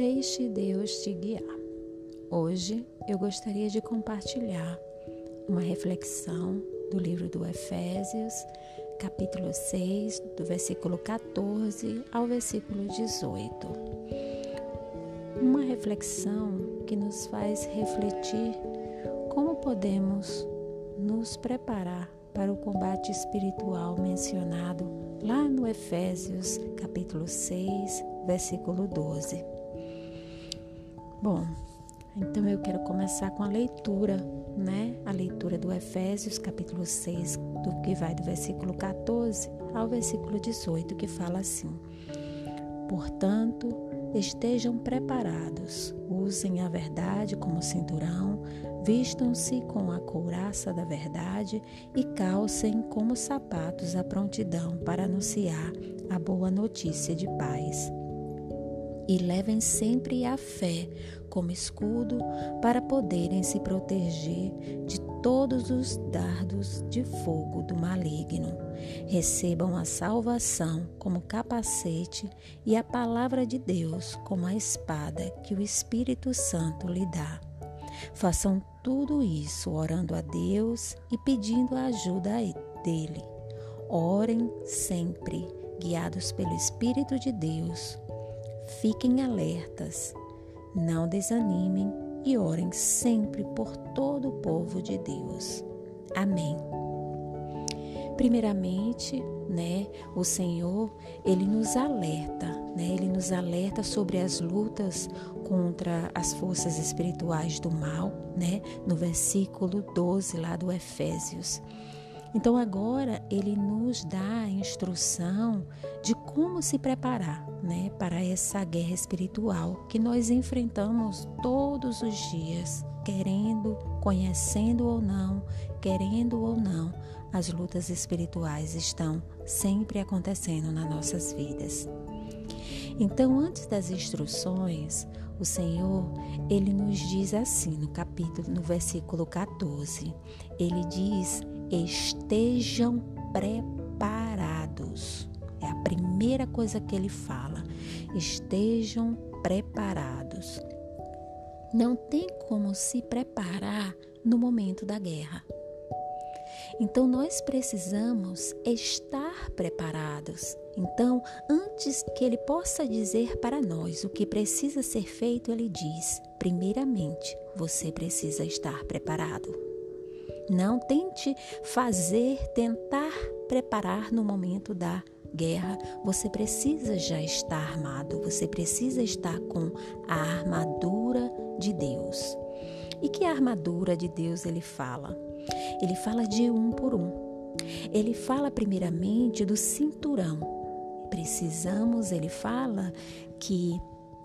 Deixe Deus te guiar. Hoje eu gostaria de compartilhar uma reflexão do livro do Efésios, capítulo 6, do versículo 14 ao versículo 18. Uma reflexão que nos faz refletir como podemos nos preparar para o combate espiritual mencionado lá no Efésios, capítulo 6, versículo 12. Bom, então eu quero começar com a leitura, A leitura do Efésios, capítulo 6, que vai do versículo 14 ao versículo 18, que fala assim: Portanto, estejam preparados, usem a verdade como cinturão, vistam-se com a couraça da verdade e calcem como sapatos a prontidão para anunciar a boa notícia de paz. E levem sempre a fé como escudo para poderem se proteger de todos os dardos de fogo do maligno. Recebam a salvação como capacete e a palavra de Deus como a espada que o Espírito Santo lhe dá. Façam tudo isso orando a Deus e pedindo a ajuda dele. Orem sempre, guiados pelo Espírito de Deus. Fiquem alertas, não desanimem e orem sempre por todo o povo de Deus. Amém. Primeiramente, o Senhor, Ele nos alerta, Ele nos alerta sobre as lutas contra as forças espirituais do mal, no versículo 12 lá do Efésios. Então agora Ele nos dá a instrução de como se preparar, para essa guerra espiritual que nós enfrentamos todos os dias, conhecendo ou não, querendo ou não, as lutas espirituais estão sempre acontecendo nas nossas vidas. Então, antes das instruções, o Senhor, Ele nos diz assim no versículo 14, Ele diz: estejam preparados. É a primeira coisa que Ele fala, estejam preparados. Não tem como se preparar no momento da guerra. Então, nós precisamos estar preparados. Então, antes que Ele possa dizer para nós o que precisa ser feito, Ele diz: primeiramente, você precisa estar preparado. Não tente tentar preparar no momento da guerra. Você precisa já estar armado, você precisa estar com a armadura de Deus. E que armadura de Deus Ele fala? Ele fala de um por um. Ele fala primeiramente do cinturão. Ele fala que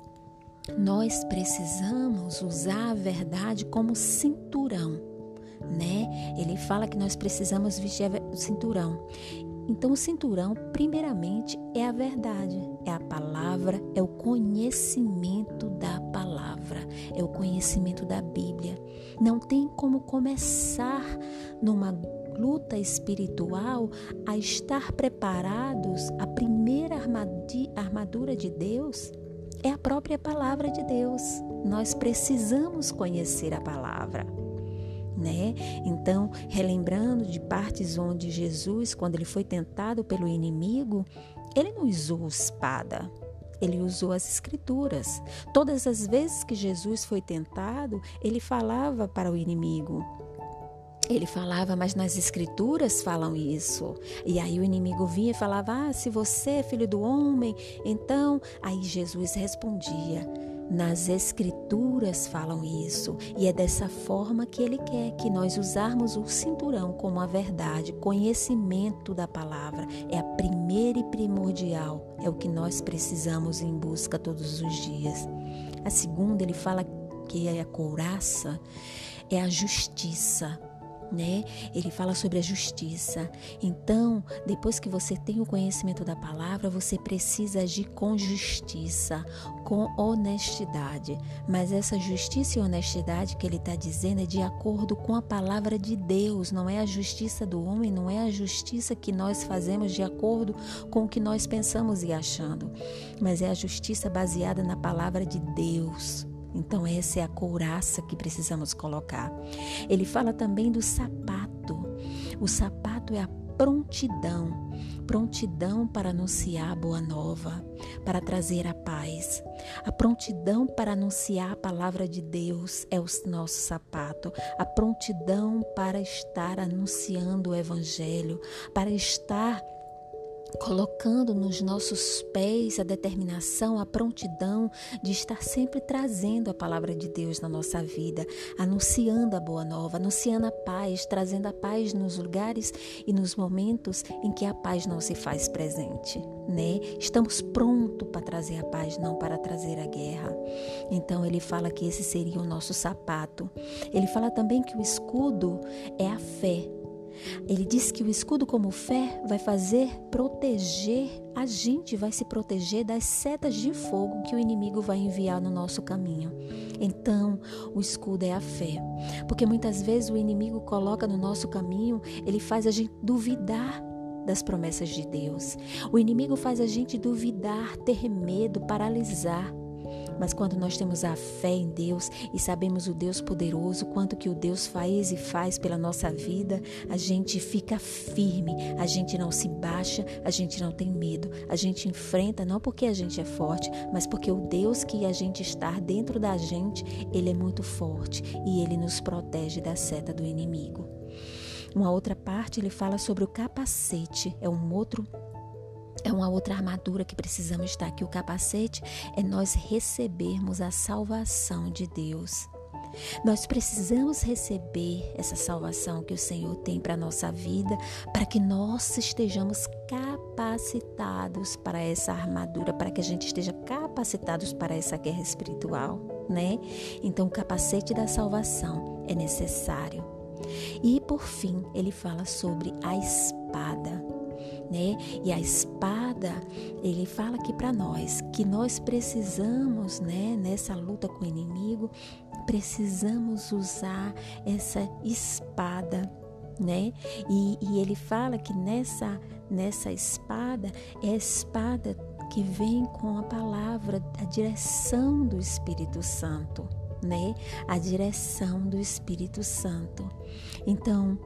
nós precisamos usar a verdade como cinturão, Ele fala que nós precisamos vestir o cinturão. Então, o cinturão, primeiramente, é a verdade, é a palavra, é o conhecimento da palavra, é o conhecimento da Bíblia. Não tem como começar numa luta espiritual a estar preparados. A primeira armadura de Deus é a própria palavra de Deus. Nós precisamos conhecer a palavra. Então, relembrando de partes onde Jesus, quando ele foi tentado pelo inimigo, ele não usou espada, ele usou as escrituras. Todas as vezes que Jesus foi tentado, ele falava para o inimigo. Ele falava, mas nas escrituras falam isso. E aí o inimigo vinha e falava, se você é filho do homem, então, aí Jesus respondia, nas escrituras falam isso. E é dessa forma que Ele quer que nós usarmos o cinturão como a verdade, conhecimento da palavra. É a primeira e primordial, é o que nós precisamos em busca todos os dias. A segunda, Ele fala que a couraça é a justiça. né? Ele fala sobre a justiça. Então, depois que você tem o conhecimento da palavra, você precisa agir com justiça, com honestidade. Mas essa justiça e honestidade que ele está dizendo é de acordo com a palavra de Deus. Não é a justiça do homem, não é a justiça que nós fazemos de acordo com o que nós pensamos e achando, mas é a justiça baseada na palavra de Deus. Então essa é a couraça que precisamos colocar. Ele fala também do sapato. O sapato é a prontidão. Prontidão para anunciar a boa nova, para trazer a paz. A prontidão para anunciar a palavra de Deus é o nosso sapato. A prontidão para estar anunciando o evangelho, para estar colocando nos nossos pés a determinação, a prontidão de estar sempre trazendo a palavra de Deus na nossa vida, anunciando a boa nova, anunciando a paz, trazendo a paz nos lugares e nos momentos em que a paz não se faz presente, né? Estamos prontos para trazer a paz, não para trazer a guerra. Então ele fala que esse seria o nosso sapato. Ele fala também que o escudo é a fé. Ele diz que o escudo como fé vai fazer proteger a gente, vai se proteger das setas de fogo que o inimigo vai enviar no nosso caminho. Então, o escudo é a fé, porque muitas vezes o inimigo coloca no nosso caminho, ele faz a gente duvidar das promessas de Deus. O inimigo faz a gente duvidar, ter medo, paralisar. Mas quando nós temos a fé em Deus e sabemos o Deus poderoso, quanto que o Deus faz e faz pela nossa vida, a gente fica firme, a gente não se baixa, a gente não tem medo, a gente enfrenta não porque a gente é forte, mas porque o Deus que a gente está dentro da gente, Ele é muito forte e Ele nos protege da seta do inimigo. Uma outra parte, ele fala sobre o capacete, é uma outra armadura que precisamos estar aqui. O capacete é nós recebermos a salvação de Deus. Nós precisamos receber essa salvação que o Senhor tem para a nossa vida, para que nós estejamos capacitados para essa armadura, para que a gente esteja capacitados para essa guerra espiritual, né? Então, o capacete da salvação é necessário. E, por fim, ele fala sobre a espada, né? E a espada, ele fala aqui para nós que nós precisamos, né, nessa luta com o inimigo, precisamos usar essa espada, né? E ele fala que nessa espada é a espada que vem com a palavra, a direção do Espírito Santo, né? A direção do Espírito Santo. Então,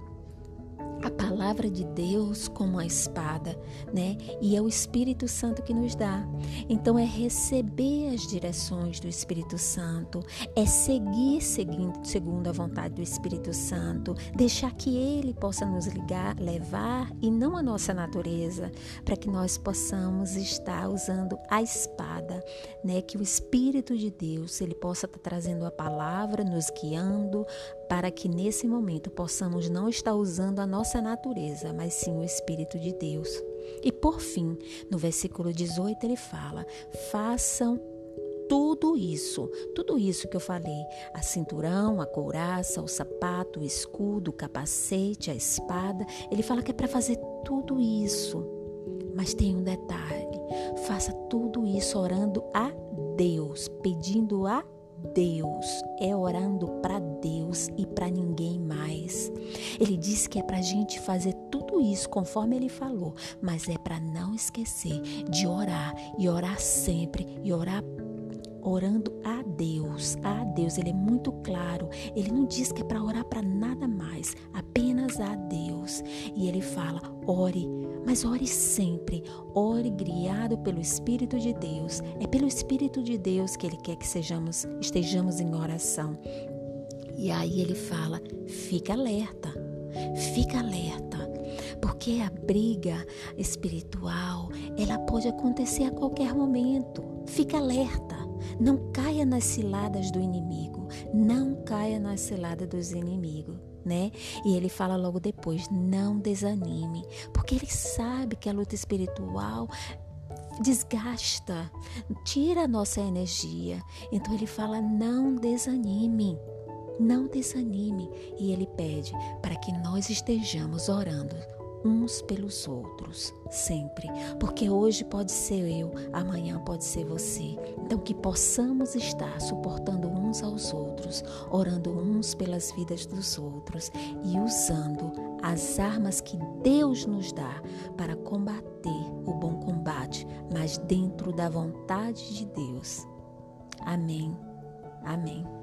a palavra de Deus como a espada, né? E é o Espírito Santo que nos dá. Então é receber as direções do Espírito Santo, é seguir segundo a vontade do Espírito Santo, deixar que Ele possa nos levar e não a nossa natureza, para que nós possamos estar usando a espada, né? Que o Espírito de Deus, Ele possa estar trazendo a palavra, nos guiando, para que nesse momento possamos não estar usando a nossa natureza, mas sim o Espírito de Deus. E por fim, no versículo 18 ele fala: façam tudo isso que eu falei, a cinturão, a couraça, o sapato, o escudo, o capacete, a espada. Ele fala que é para fazer tudo isso, mas tem um detalhe: faça tudo isso orando a Deus, pedindo a Deus, é orando para Deus e para ninguém mais. Ele disse que é para a gente fazer tudo isso conforme ele falou, mas é para não esquecer de orar e orar sempre e orar orando a Deus, a Deus. Ele é muito claro, ele não diz que é para orar para nada mais, apenas a Deus. E ele fala: ore, mas ore sempre, ore guiado pelo Espírito de Deus. É pelo Espírito de Deus que ele quer que estejamos em oração. E aí ele fala: fica alerta, porque a briga espiritual, ela pode acontecer a qualquer momento. Fica alerta, não caia nas ciladas do inimigo, não caia nas ciladas dos inimigos, né? E ele fala logo depois: não desanime, porque ele sabe que a luta espiritual desgasta, tira a nossa energia. Então ele fala: não desanime, Não desanime. E Ele pede para que nós estejamos orando uns pelos outros, sempre. Porque hoje pode ser eu, amanhã pode ser você. Então que possamos estar suportando uns aos outros, orando uns pelas vidas dos outros e usando as armas que Deus nos dá para combater o bom combate, mas dentro da vontade de Deus. Amém. Amém.